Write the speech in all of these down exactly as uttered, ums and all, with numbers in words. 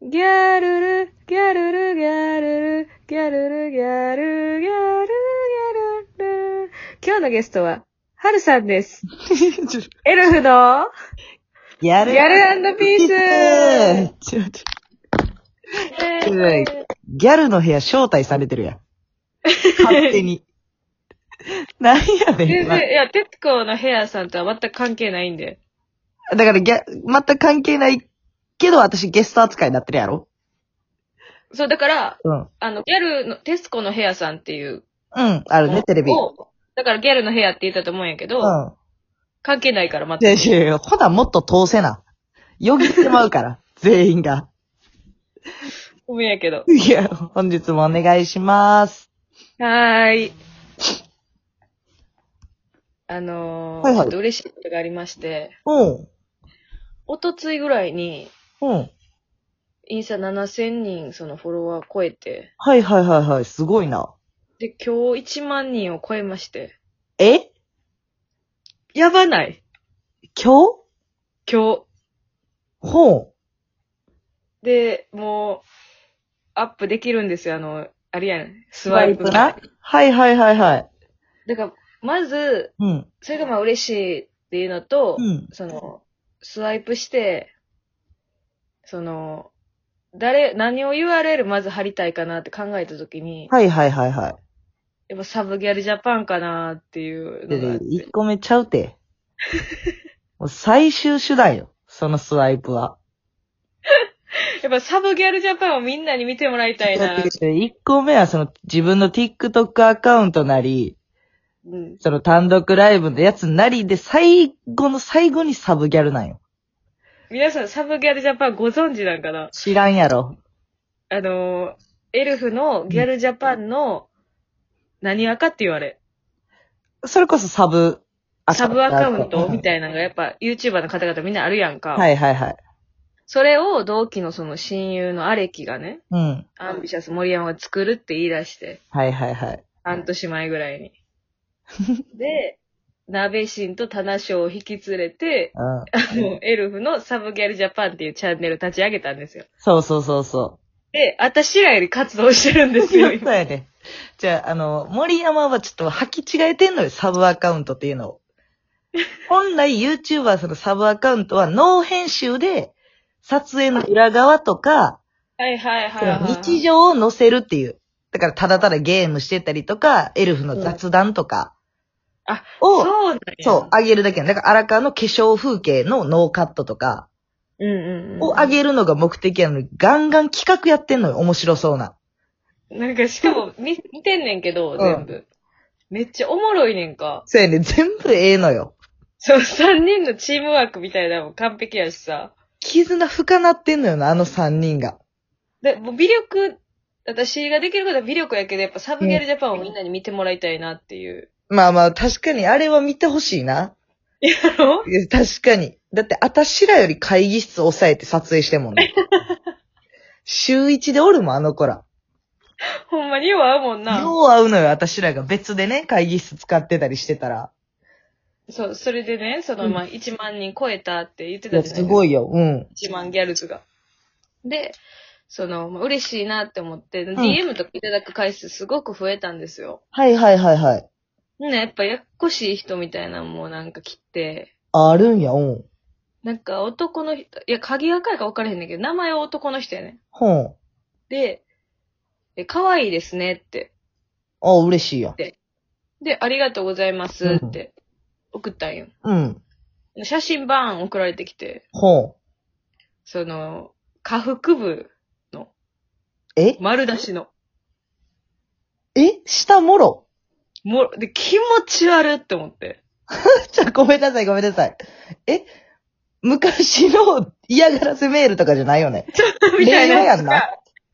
ギャルル、ギャルル、ギャルル、ギャルル、ギャル、ギャル、ギャルル。今日のゲストは、はるさんです。エルフの、 ギャル、 ギャル&ピースちょ、ちょ、ちょ、ギャルの部屋招待されてるやん。勝手に。なんやねん。 全然、いや、テツコの部屋さんとは全く関係ないんで。 だからギャ、全く関係ないけど、私ゲスト扱いになってるやろ？ そう、だから、 うん。 あの、ギャルの、テツコの部屋さんっていう。 うん、あるね、テレビ。 だからギャルの部屋って言ったと思うんやけど、うん。関係ないから全く。 いやいやいや、ほなもっと通せな。よぎってまうから、全員が。 ごめんやけど。 いや、本日もお願いします。 はーい。あのー、はいはい、ちょっと嬉しいことがありまして。うん。おとついぐらいに、うん。インスタななせんにんそのフォロワー超えて。 はいはいはいはい、すごいな。 で、今日いちまんにんを超えまして。 え？ やばない？ 今日？ 今日。 ほう。 で、もう、アップできるんですよ。あの、あれやねん。 スワイプな。はいはいはいはい。 だから、まず、うん。それがまあ嬉しいっていうのと、うん。その、スワイプして、その、誰、何を ユーアールエル まず貼りたいかなって考えたときに、 はいはいはいはい。 やっぱサブギャルジャパンかなっていうのがあって。 いっこめちゃうて。もう最終手段よ。そのスワイプは。 やっぱサブギャルジャパンをみんなに見てもらいたいな。 いっこめはその自分の TikTok アカウントなり、うん、その単独ライブのやつなりで最後の最後にサブギャルなんよ。 皆さんサブギャルジャパンご存知なんかな？ 知らんやろ。 あの、エルフのギャルジャパンの何アカって言われ。 それこそサブアカウント。サブアカウントみたいなのがやっぱ YouTuber の方々みんなあるやんか。 はいはいはい。 それを同期のその親友のアレキがね、うん。アンビシャス森山が作るって言い出して。 はいはいはい。 半年前ぐらいに。で、鍋シンとタナショウを引き連れて、うん、あの、エルフのサブギャルジャパンっていうチャンネル立ち上げたんですよ。 そうそうそうそう。 で、私らより活動してるんですよ。 そうやね。じゃあ、あの、森山はちょっと履き違えてんのよ、サブアカウントっていうのを。本来 YouTuber そのサブアカウントはノー編集で、撮影の裏側とか、 はいはいはい、はい。 日常を載せるっていう。だからただただゲームしてたりとか、エルフの雑談とかを、 うん、あ、そうなんや。 そう、あげるだけだから荒川の化粧風景のノーカットとか、 うんうんうん。 をあげるのが目的やのに、ガンガン企画やってんのよ、面白そうな。 なんかしかも見、見てんねんけど、全部、うん。めっちゃおもろいねんか。 そうやね、全部ええのよ。 そう、三人のチームワークみたいなのも完璧やしさ。 絆深なってんのよな、あの三人が。 で、もう魅力、私ができることは魅力やけど、やっぱサブギャルジャパンをみんなに見てもらいたいなっていう。 うん、まあまあ、確かにあれは見てほしいな。 やろ？ いや、確かに。だって、あたしらより会議室抑えて撮影してもんね。週一でおるもん、あの子ら。 ほんまによう会うもんな。 よう会うのよ、あたしらが別でね、会議室使ってたりしてたら。 そう、それでね、その、まあ、いちまんにん超えたって言ってたじゃないですか。 すごいよ、うん。 いちまんギャルズが。で、その、まあ、嬉しいなって思って、うん、ディーエム とかいただく回数すごく増えたんですよ。 はいはいはいはい。 ね、やっぱやっこしい人みたいなのもなんか来て。 あるんや、うん。 なんか男の人、いや、鍵赤いか分からへんねんけど、名前は男の人やね。 ほう。 で、え、可愛いですねって。 あ、嬉しいや。 で、で、ありがとうございますって送ったんよ。 うん。 写真バーン送られてきて。 ほう。 その、下腹部の。 え丸出しの。 え下もろも、で、気持ち悪って思って。 じゃあ、ごめんなさい、ごめんなさい。え昔の嫌がらせメールとかじゃないよね。みたいな。令和やんな。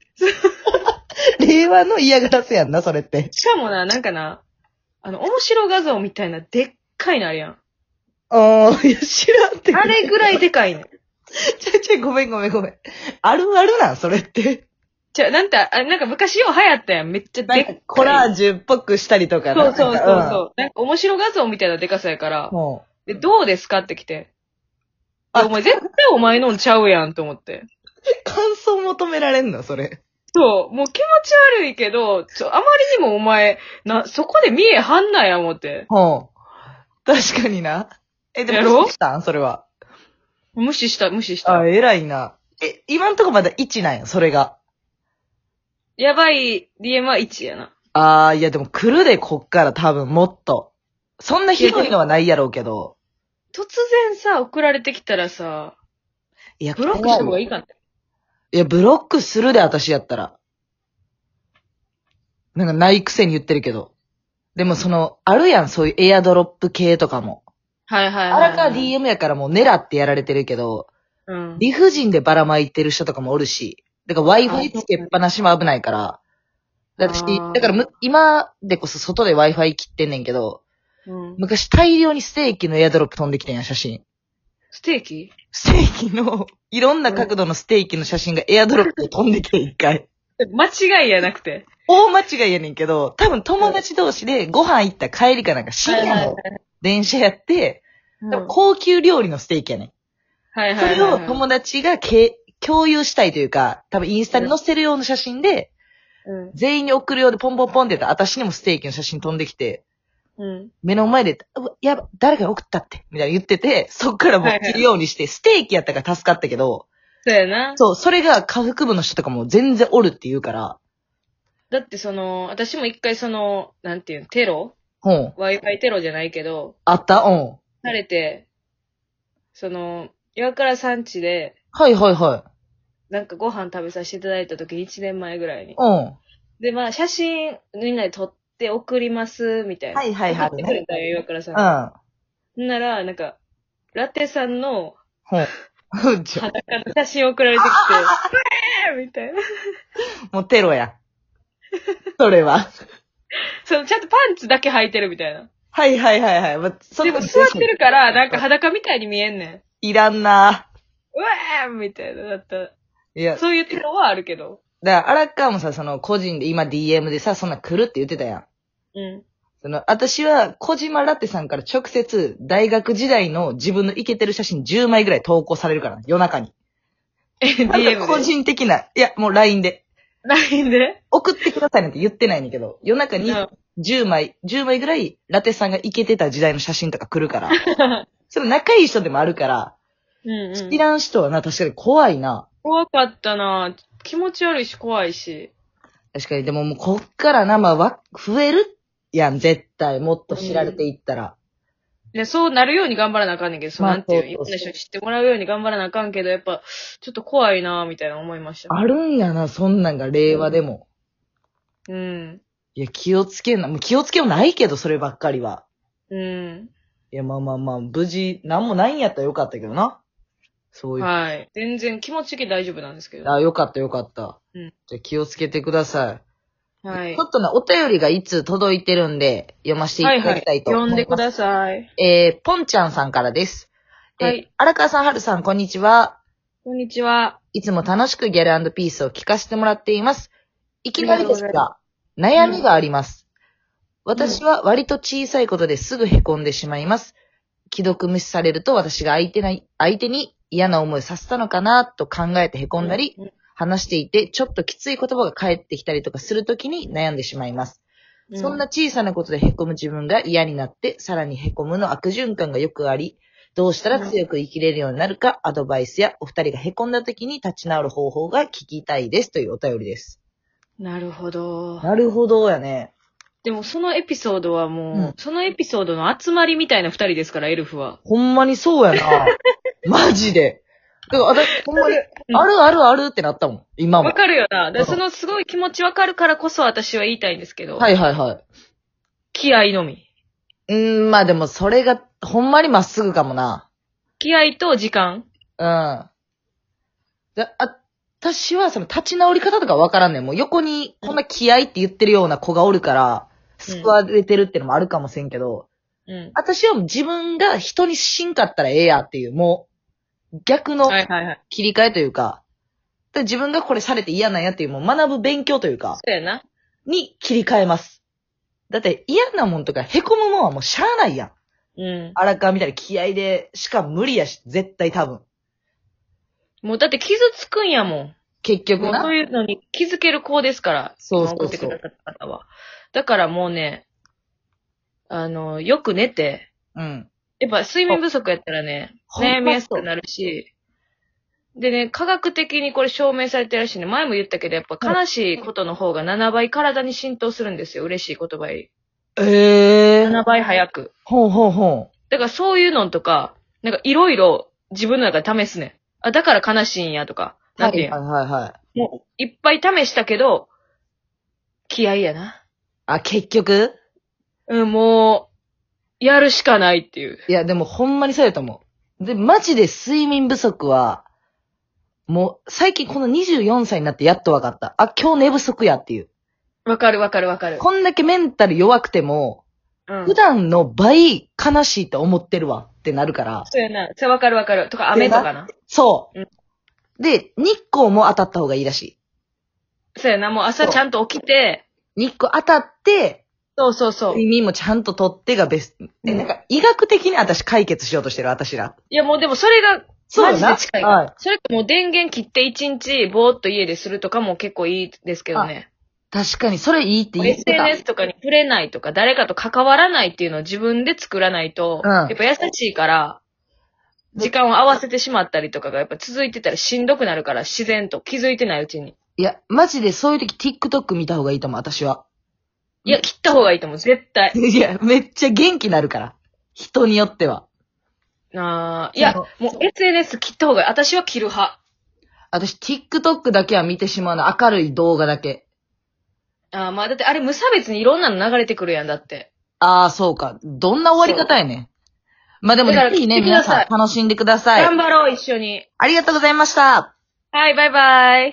令和の嫌がらせやんな、それって。 しかもな、なんかな、あの、面白画像みたいなでっかいのあるやん。 ああ、いや、知らんって。 あれぐらいでかいねん。 ちょちょ、ごめんごめんごめん。あるあるなん、それって。 じゃ、なんて、あ、なんか昔よう流行ったやん。めっちゃでっかい。 コラージュっぽくしたりとかそうそうそうそう。なんか面白画像みたいなでかさやから。で、どうですかって来て。あ、お前絶対お前のんちゃうやんと思って。 感想求められんのそれ。 そう、もう気持ち悪いけど、ちょ、あまりにもお前、な、そこで見えはんなや思って。 ほう。確かにな。え、でも無視したんそれは。 無視した、無視した。 あ、偉いな。え、今んとこまだいちなんや、それが。 やばい ディーエム はいちやな。 あー、いやでも来るで、こっから多分もっと。そんなひどいのはないやろうけど。 突然さ、送られてきたらさ、 いや、 ブロックした方がいいかな。 いや、ブロックするで、私やったら。なんかないくせに言ってるけど。でもその、あるやん、そういうエアドロップ系とかも。 はいはいはい、はい。 あらか ディーエム やからもう狙ってやられてるけど、うん、理不尽でばらまいてる人とかもおるし、だから Wi-Fi つけっぱなしも危ないから、私、だからむ今でこそ外で Wi-Fi 切ってんねんけど、うん、昔大量にステーキのエアドロップ飛んできてんや、写真。 ステーキステーキの、いろんな角度のステーキの写真がエアドロップで飛んできて一回。 間違いやなくて。 大間違いやねんけど、多分友達同士でご飯行った帰りかなんか深夜の電車やって、多分高級料理のステーキやねん。はいはいはい、はい。それを友達がけ共有したいというか、多分インスタに載せるような写真で、うん、全員に送るようでポンポンポンってやったら、私にもステーキの写真飛んできて、うん、目の前で、やば、誰か送ったって、みたいな言ってて、そっからもう切るようにして、はいはい、ステーキやったから助かったけど、 そうやな。 そう、それが下腹部の人とかも全然おるって言うから。 だってその、私も一回その、なんていうの、テロうん。 Wi-Fi テロじゃないけど。 あったうん。 されて、その、岩倉さん家で。 はいはいはい。 なんかご飯食べさせていただいた時いちねんまえぐらいに。 うん。 で、まあ写真みんなで撮って送ります、みたいな。 はいはいはい、 送ってくれたよ、岩倉さん。うん。なら、なんか、ラテさんの、 うん。 裸の写真送られてきて、えーみたいな。 もうテロや。それは。 そう、ちゃんとパンツだけ履いてるみたいな。 はいはいはいはい。ま、 そでも座ってるから、なんか裸みたいに見えんねん。いらんなうわーみたいな、だった。いや。そういうテロはあるけど。 だから、荒川もさ、その個人で今 ディーエム でさ、そんな来るって言ってたやん。うん。その、私は小島ラテさんから直接大学時代の自分のイケてる写真じゅうまいぐらい投稿されるから、夜中に。 え、ディーエム で個人的な、いや、もう ライン で。 ライン で送ってくださいなんて言ってないんだけど、夜中にじゅうまい、じゅうまいぐらいラテさんがイケてた時代の写真とか来るから。それ仲いい人でもあるから、うんうん、知らん人はな、確かに怖いな。 怖かったな。気持ち悪いし怖いし。 確かに、でももうこっからな、まあ、わ、増えるやん、絶対。もっと知られていったら。 いや、そうなるように頑張らなあかんねんけど、そう、なんていう、いろんな人知ってもらうように頑張らなあかんけど、やっぱ、ちょっと怖いなぁ、みたいな思いました。 あるんやな、そんなんが令和でも。 うん。 いや、気をつけな、もう気をつけもないけど、そればっかりは。 うん。 いや、まあまあまあ、無事、なんもないんやったらよかったけどな。そういう。 はい。全然気持ち的に大丈夫なんですけど。 あ、よかったよかった。うん。じゃあ気をつけてください。 はい。 ちょっとね、お便りがいつ届いてるんで、読ませていただきたいと思います。 はいはい、読んでください。 えー、ポンちゃんさんからです。はい。えー、荒川さん、はるさん、こんにちは。 こんにちは。 いつも楽しくギャル&ピースを聞かせてもらっています。いきなりですが、悩みがあります。うん、私は割と小さいことですぐ凹んでしまいます。既読無視されると私が相手な、相手に嫌な思いさせたのかなと考えて凹んだり、うん話していて、ちょっときつい言葉が返ってきたりとかするときに悩んでしまいます。うん、そんな小さなことで凹む自分が嫌になって、さらに凹むの悪循環がよくあり、どうしたら強く生きれるようになるか、アドバイスやお二人が凹んだときに立ち直る方法が聞きたいですというお便りです。 なるほど。 なるほどやね。 でもそのエピソードはもう、うん、そのエピソードの集まりみたいな二人ですから、エルフは。 ほんまにそうやな。マジで。だから私、ほんまに、あるあるあるってなったもん、今も。 わかるよな。だそのすごい気持ちわかるからこそ私は言いたいんですけど。 はいはいはい。 気合のみ。 うーん、まあでもそれが、ほんまにまっすぐかもな。 気合と時間うん。だあ、私はその立ち直り方とかわからんねん。もう横にこんな気合って言ってるような子がおるから、救われてるってのもあるかもしれんけど、うん。私は自分が人にしんかったらええやっていう、もう、逆の切り替えというか、はいはいはい、自分がこれされて嫌なんやっていう、もう学ぶ勉強というか、 そうやな。 に切り替えます。だって嫌なもんとか凹むもんはもうしゃあないやん。うん。荒川みたいな気合でしか無理やし、絶対多分。 もうだって傷つくんやもん。 結局な。 そういうのに気づける子ですから。 そうそうそう。 送ってくださった方は。だからもうね、あの、よく寝て、うん。やっぱ睡眠不足やったらね、悩みやすくなるし、でね、科学的にこれ証明されてるらしいね。前も言ったけど、やっぱ悲しいことの方がななばい体に浸透するんですよ。嬉しい言葉より。ええー。ななばい早く。ほうほうほう。だからそういうのとか、なんかいろいろ自分の中で試すね。あ、だから悲しいんやとか。なんていうの、はいはいはい。もう、いっぱい試したけど、気合いやな。あ、結局うん、もう、やるしかないっていう。いや、でもほんまにそうやと思う。で、マジで睡眠不足は、もう、最近このにじゅうよんさいになってやっとわかった。あ、今日寝不足やっていう。わかるわかるわかる。こんだけメンタル弱くても、うん、普段の倍悲しいと思ってるわってなるから。そうやな。それわかるわかる。とか、雨とかな。そう。うん、で、日光も当たった方がいいらしい。そうやな。もう朝ちゃんと起きて、日光当たって、そうそうそう。睡眠もちゃんと取ってがベスト。え、なんか医学的に私解決しようとしてる、私ら。いやもうでもそれが、マジで近い。はい。それかもう電源切って一日ぼーっと家でするとかも結構いいですけどね。確かに、それいいって言ってた。エスエヌエス とかに触れないとか、誰かと関わらないっていうのを自分で作らないと、うん、やっぱ優しいから、時間を合わせてしまったりとかがやっぱ続いてたらしんどくなるから、自然と気づいてないうちに。いや、マジでそういう時 TikTok 見た方がいいと思う、私は。いや、切った方がいいと思う、絶対。いや、めっちゃ元気になるから。人によっては。ああ、いや、もう エスエヌエス 切った方がいい。私は切る派。私 TikTok だけは見てしまうの。明るい動画だけ。ああ、まあだってあれ無差別にいろんなの流れてくるやんだって。ああ、そうか。どんな終わり方やねん。まあでもね、いいね、皆さん楽しんでください。頑張ろう、一緒に。ありがとうございました。はい、バイバイ。